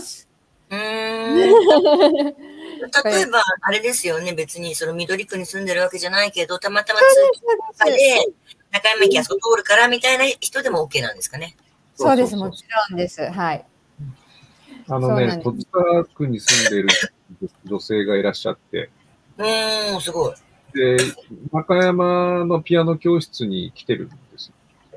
例えば、あれですよね、別にその緑区に住んでるわけじゃないけど、たまたま通勤で中山駅あそこ通るからみたいな人でも OK なんですかね。 そうです、もちろんです。はい。 戸塚区に住んでいる女性がいらっしゃって。 すごい。 で、中山のピアノ教室に来てるんです。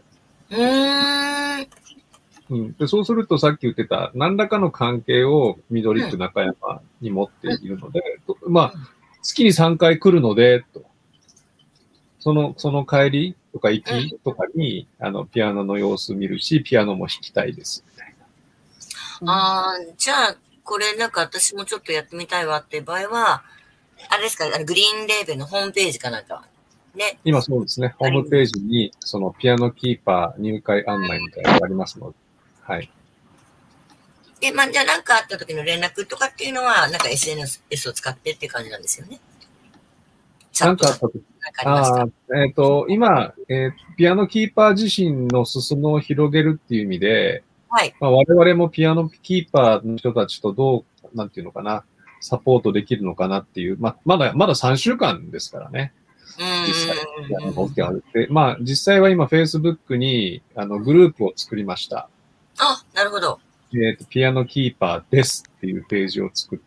で、そうするとさっき言ってた何らかの関係を緑区中山に持っているので、まあ、月に3回来るので、と。その帰りとか行きとかに、ピアノの様子見るし、ピアノも弾きたいです、みたいな。じゃあ、これなんか私もちょっとやってみたいわっていう場合は、あれですか、グリーンレーベルのホームページかなんか。ね。 今そうですね。ホームページに、そのピアノキーパー入会案内みたいなのがありますので。はい。 で、まあ、じゃあ何かあった時の連絡とかっていうのは、なんか SNS を使ってっていう感じなんですよね。 何かあった時。今、ピアノキーパー自身の裾野を広げるっていう意味で、 はい。 まあ、我々もピアノキーパーの人たちとどう、なんていうのかな、サポートできるのかなっていう、まだ3週間ですからね。実際。まあ、実際は今、Facebook に、グループを作りました。 なるほど。 ピアノキーパーですっていうページを作って、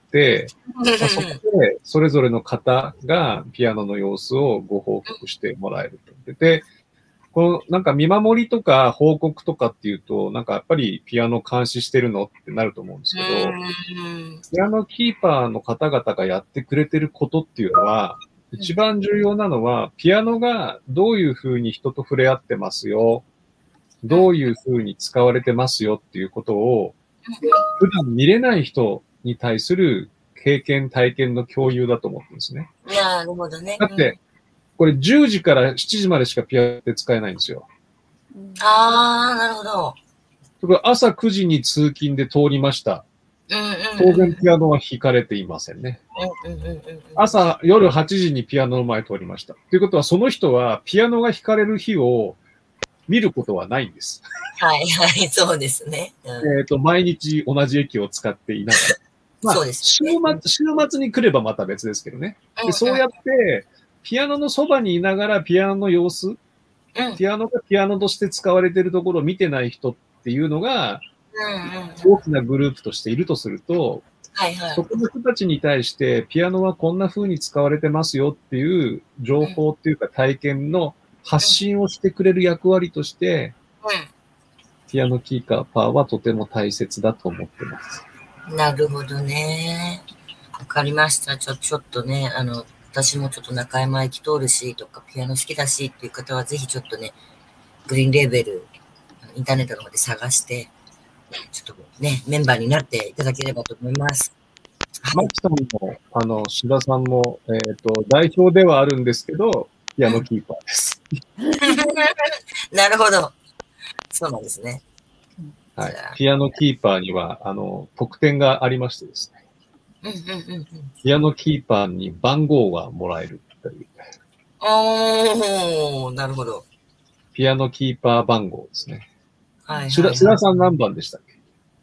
そこでそれぞれの方がピアノの様子をご報告してもらえると。で、このなんか見守りとか報告とかっていうと、なんかやっぱりピアノ監視してるのってなると思うんですけど、ピアノキーパーの方々がやってくれてることっていうのは、一番重要なのは、ピアノがどういうふうに人と触れ合ってますよ。どういうふうに使われてますよっていうことを、普段見れない人に対する経験、体験の共有だと思ってるんですね。 なるほどね。 だって、これ10時から7時までしかピアノって使えないんですよ。 なるほど。 朝9時に通勤で通りました。当然ピアノは弾かれていませんね。夜8時にピアノの前通りました。ということは、その人はピアノが弾かれる日を見ることはないんです。 はいはい、そうですね。 毎日同じ駅を使っていながら。まあ、そうですね、週末に来ればまた別ですけどね。でそうやって、ピアノのそばにいながらピアノの様子、ピアノがピアノとして使われているところを見てない人っていうのが、大きなグループとしているとすると、そこの人たちに対してピアノはこんな風に使われてますよっていう情報っていうか体験の発信をしてくれる役割として、ピアノキーパーはとても大切だと思ってます。 なるほどね。わかりました。ちょっとね、私もちょっと中山駅通るしとか、ピアノ好きだしっていう方は、ぜひちょっとね、グリーンレーベル、インターネットの方で探して、ちょっとね、メンバーになっていただければと思います。 マキさんも、志田さんも、代表ではあるんですけど、ピアノキーパーです。 なるほど。そうなんですね。 はい。ピアノキーパーには、特典がありましてですね。ピアノキーパーに番号がもらえるという。 なるほど。 ピアノキーパー番号ですね。 はい。 志田さん何番でしたっけ？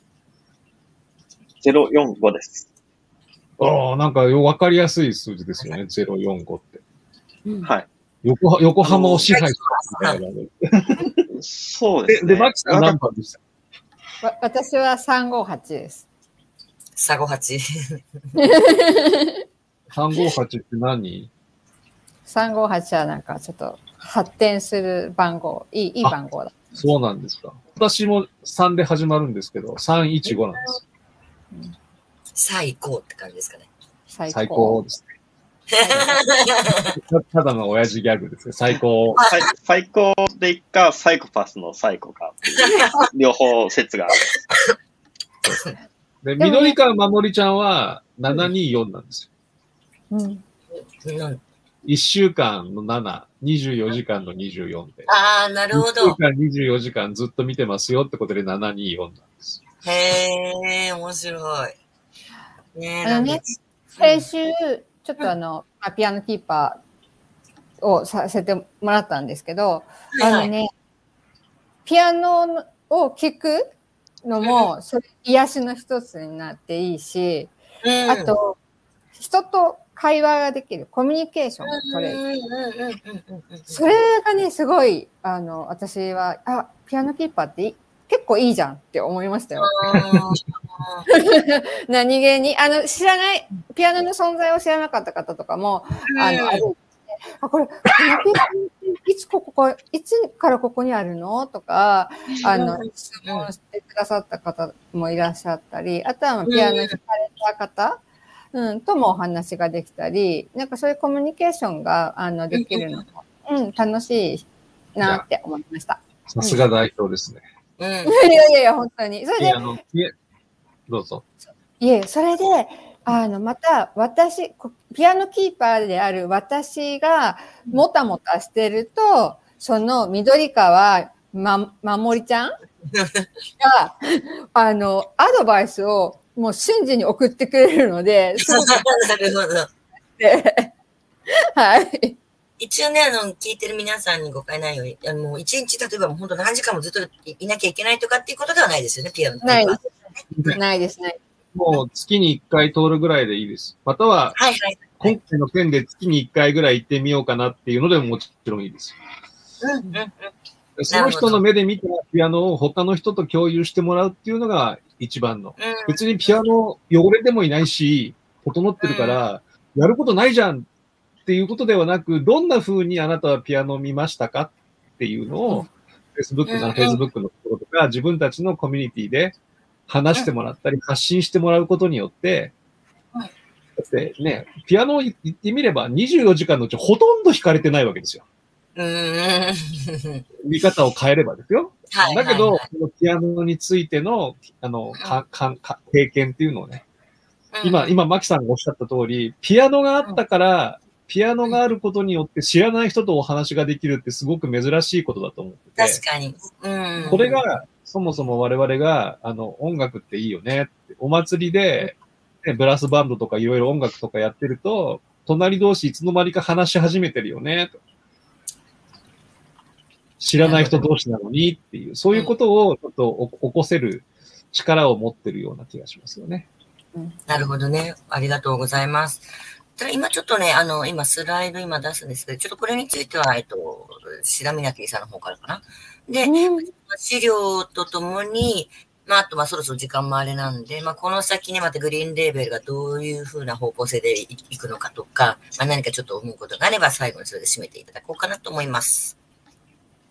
045 です。 なんかわかりやすい数字ですよね、045って。 はい。 横浜を支配するみたいな。 そうですね。 で、マキさん何番でした？ 私は358です。 358。 358って何？ 358はなんかちょっと発展する番号、いい番号だ。 そうなんですか。私も3で始まるんですけど、315なんです。 最高って感じですかね。 最高ですね。ただの親父ギャグですね。最高。 最高でいっか、サイコパスの最高かっていう、両方説がある。 で、緑川まもりちゃんは724なんですよ。1週間の7、24時間の24で。 なるほど。 1週間24時間ずっと見てますよってことで724なんです。 へー、面白い。 先週、ちょっとピアノキーパーをさせてもらったんですけど、ピアノを聴くのも、それ癒しの一つになっていいし、あと、人と会話ができる、コミュニケーションが取れる。それがね、すごい、私は、ピアノキーパーって結構いいじゃんって思いましたよ。何気に、知らない、ピアノの存在を知らなかった方とかも、これ、いつからここにあるのとか、質問してくださった方もいらっしゃったり、あとはピアノ弾かれた方、ともお話ができたり、なんかそういうコミュニケーションが、できるのも、楽しいなって思いました。 さすが代表ですね。 いや、本当に。それで、 どうぞ。 それで、また、ピアノキーパーである私が、もたもたしてると、その緑川まもりちゃんが、アドバイスをもう瞬時に送ってくれるので、 なるほど。 はい。 一応ね、聞いてる皆さんに誤解ないように、もう一日、例えばもう本当何時間もずっといなきゃいけないとかっていうことではないですよね、ピアノ。 ないですね。 もう月に1回通るぐらいでいいです。または、今回の件で月に1回ぐらい行ってみようかなっていうのでももちろんいいです。その人の目で見たピアノを他の人と共有してもらうっていうのが一番の。別にピアノ汚れてもいないし、整ってるから、やることないじゃんっていうことではなく、どんな風にあなたはピアノを見ましたかっていうのを、Facebook のところとか、自分たちのコミュニティで話してもらったり、発信してもらうことによって、だってね、ピアノを言ってみれば24時間のうちほとんど弾かれてないわけですよ。見方を変えればですよ。だけど、ピアノについての、経験っていうのをね、今、マキさんがおっしゃった通り、ピアノがあったから、ピアノがあることによって知らない人とお話ができるってすごく珍しいことだと思ってて。 確かに。 これが、そもそも我々が、音楽っていいよねって。お祭りで、ね、ブラスバンドとかいろいろ音楽とかやってると、隣同士いつの間にか話し始めてるよねと。知らない人同士なのにっていう、そういうことをちょっと起こせる力を持ってるような気がしますよね。 なるほどね。ありがとうございます。今ちょっとね、今スライド今出すんですけど、ちょっとこれについては、白湊さんの方からかな。で、資料とともに、あとそろそろ時間もあれなんで、この先ね、またグリーンレーベルがどういう風な方向性でいくのかとか、何かちょっと思うことがあれば最後にそれで締めていただこうかなと思います。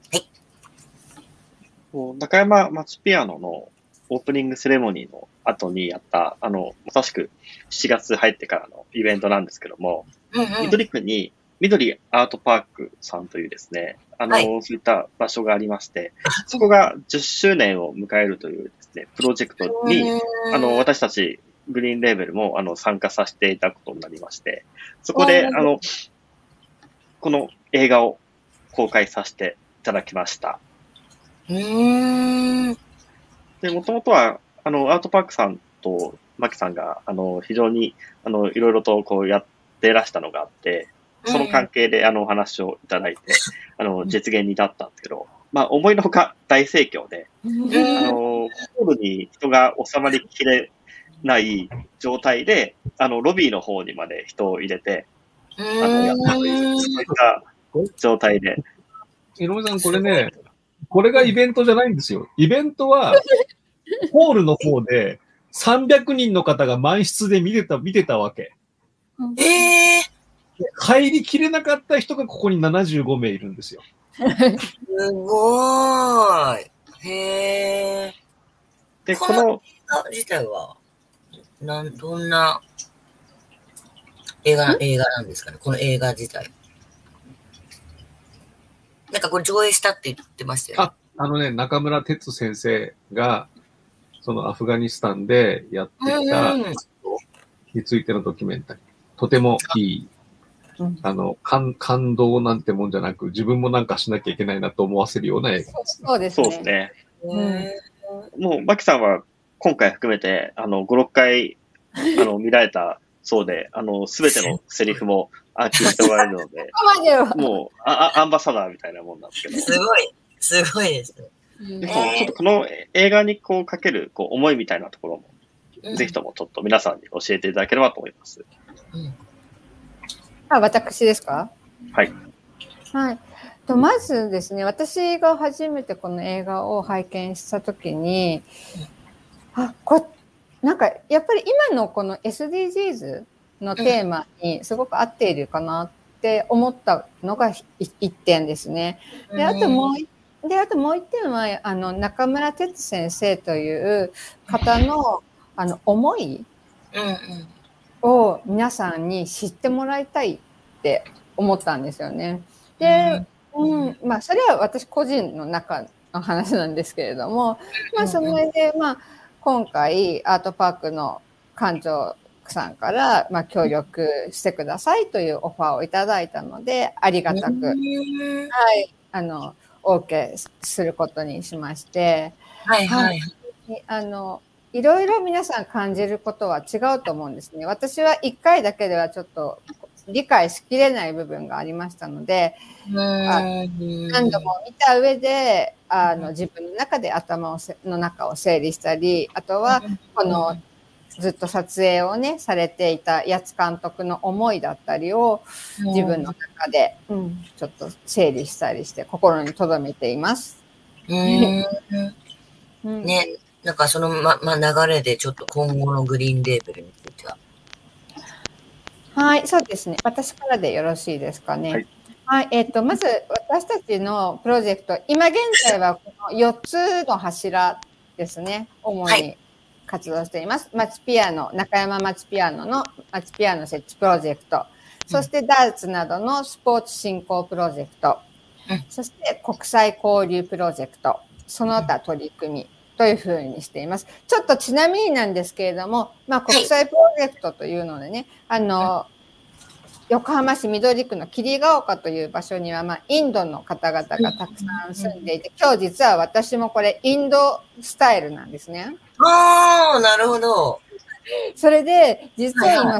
はい。 中山町ピアノのオープニングセレモニーの後にやった、まさしく7月入ってからのイベントなんですけども、緑区に緑アートパークさんというですね、そういった場所がありまして、そこが10周年を迎えるというですね、プロジェクトに、私たちグリーンレーベルも参加させていただくことになりまして、そこで、この映画を公開させていただきました。で、もともとは、アートパークさんとマキさんが、非常に、いろいろとこうやってらしたのがあって、その関係で、お話をいただいて、実現に至ったんですけど、まあ、思いのほか大盛況で、ホールに人が収まりきれない状態で、ロビーの方にまで人を入れて、やったという、そういった状態で。 井上さん、これね、これがイベントじゃないんですよ。イベントは、ホールの方で300人の方が満室で見てたわけ。入りきれなかった人がここに75名いるんですよ。 すごーい。へー。 で、この映画自体は、どんな映画なんですかね、この映画自体。なんかこれ上映したって言ってましたよね。 中村哲先生が、そのアフガニスタンでやってきたについてのドキュメンタリー。とてもいい。感動なんてもんじゃなく、自分もなんかしなきゃいけないなと思わせるような映画です。 そうですね。 そうですね。もう、マキさんは今回含めて、5、6回、見られたそうで、すべてのセリフも暗記しておられるので、もうアンバサダーみたいなもんなんですけど。 すごいです。 でも、ちょっとこの映画にこうかけるこう思いみたいなところも、ぜひともちょっと皆さんに教えていただければと思います。 私ですか？ はい。 はい。まずですね、私が初めてこの映画を拝見したときに、なんかやっぱり今のこの SDGs のテーマにすごく合っているかなって思ったのが一点ですね。で、あともう一点は、中村哲先生という方の、思いを皆さんに知ってもらいたいって思ったんですよね。で、まあ、それは私個人の中の話なんですけれども、まあ、それで、まあ、今回、アートパークの館長さんから、まあ、協力してくださいというオファーをいただいたので、ありがたく、はい、OK することにしまして、いろいろ皆さん感じることは違うと思うんですね。私は1回だけではちょっと理解しきれない部分がありましたので、何度も見た上で、自分の中での中を整理したり、あとは、ずっと撮影をね、されていた八津監督の思いだったりを、自分の中で、ちょっと整理したりして、心に留めています。 ね、なんかその流れでちょっと今後のグリーンレーベルについては。 はい、そうですね。私からでよろしいですかね。はい、まず私たちのプロジェクト、今現在はこの4つの柱ですね、主に活動しています。町ピアノ、中山町ピアノの町ピアノ設置プロジェクト、そしてダーツなどのスポーツ振興プロジェクト、そして国際交流プロジェクト、その他取り組みというふうにしています。ちょっとちなみになんですけれども、まあ、国際プロジェクトというのでね、横浜市緑区の桐ヶ丘という場所には、まあ、インドの方々がたくさん住んでいて、今日実は私もこれインドスタイルなんですね。 ああ、なるほど。 それで、実は今、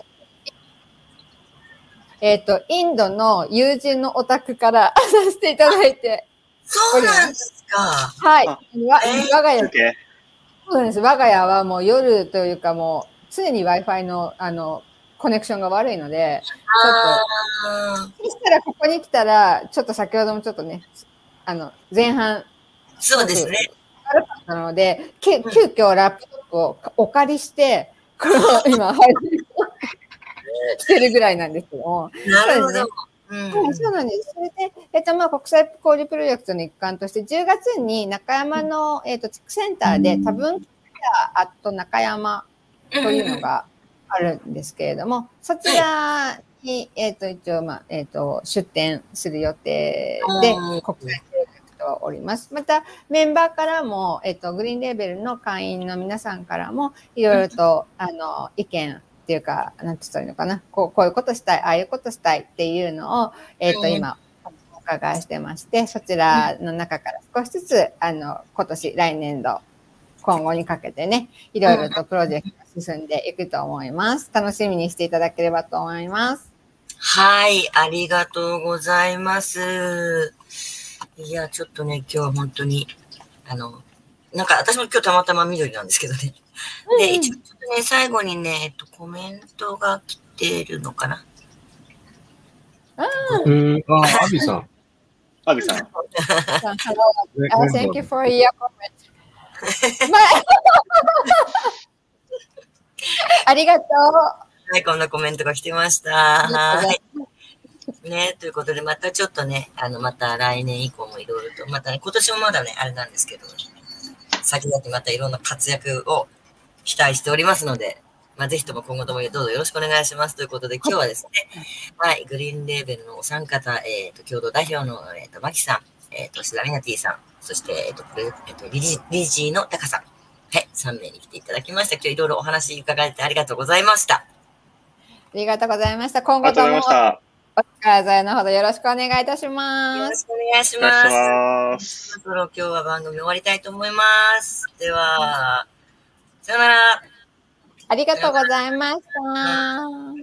インドの友人のお宅からさせていただいて。 そうなんですか。 はい。我が家、そうなんです。我が家はもう夜というかもう常に Wi-Fi のコネクションが悪いので、ちょっと、そしたらここに来たら、ちょっと先ほどもちょっとね、前半、 そうですね。 悪かったので、急遽ラップトップをお借りして、この今、してるぐらいなんですけども。 なるほど。 そうなんです。それで、 国際交流プロジェクトの一環として、10月に中山の、地区センターで多文化アット中山というのがあるんですけれども、そちらに、一応、出展する予定で、国際プロジェクトはおります。また、メンバーからも、グリーンレーベルの会員の皆さんからも、いろいろと、意見っていうか、なんて言ったらいいのかな、こういうことしたい、ああいうことしたいっていうのを、今、お伺いしてまして、そちらの中から少しずつ、今年、来年度、今後にかけてね、いろいろとプロジェクトが進んでいくと思います。楽しみにしていただければと思います。 はい、ありがとうございます。いや、ちょっとね、今日は本当に、なんか私も今日たまたま緑なんですけどね。で、一応ちょっとね、最後にね、コメントが来てるのかな。 アビさん。 アビさん。 Thank you for your comment. ありがとう。 はい、こんなコメントが来てました。はい。ね、ということで、またちょっとね、また来年以降もいろいろと、またね、今年もまだね、あれなんですけど、先々またいろんな活躍を期待しておりますので、まあ、ぜひとも今後ともどうぞよろしくお願いしますということで、今日はですね、はい、グリーンレーベルのお三方、共同代表の、マキさん、志田ミナティさん、そして、リジーのタカさん、はい、3名に来ていただきました。今日いろいろお話伺えてありがとうございました。 ありがとうございました。今後ともお力添えのほどよろしくお願いいたします。 よろしくお願いします。そろそろ今日は番組終わりたいと思います。では、さよなら。 ありがとうございました。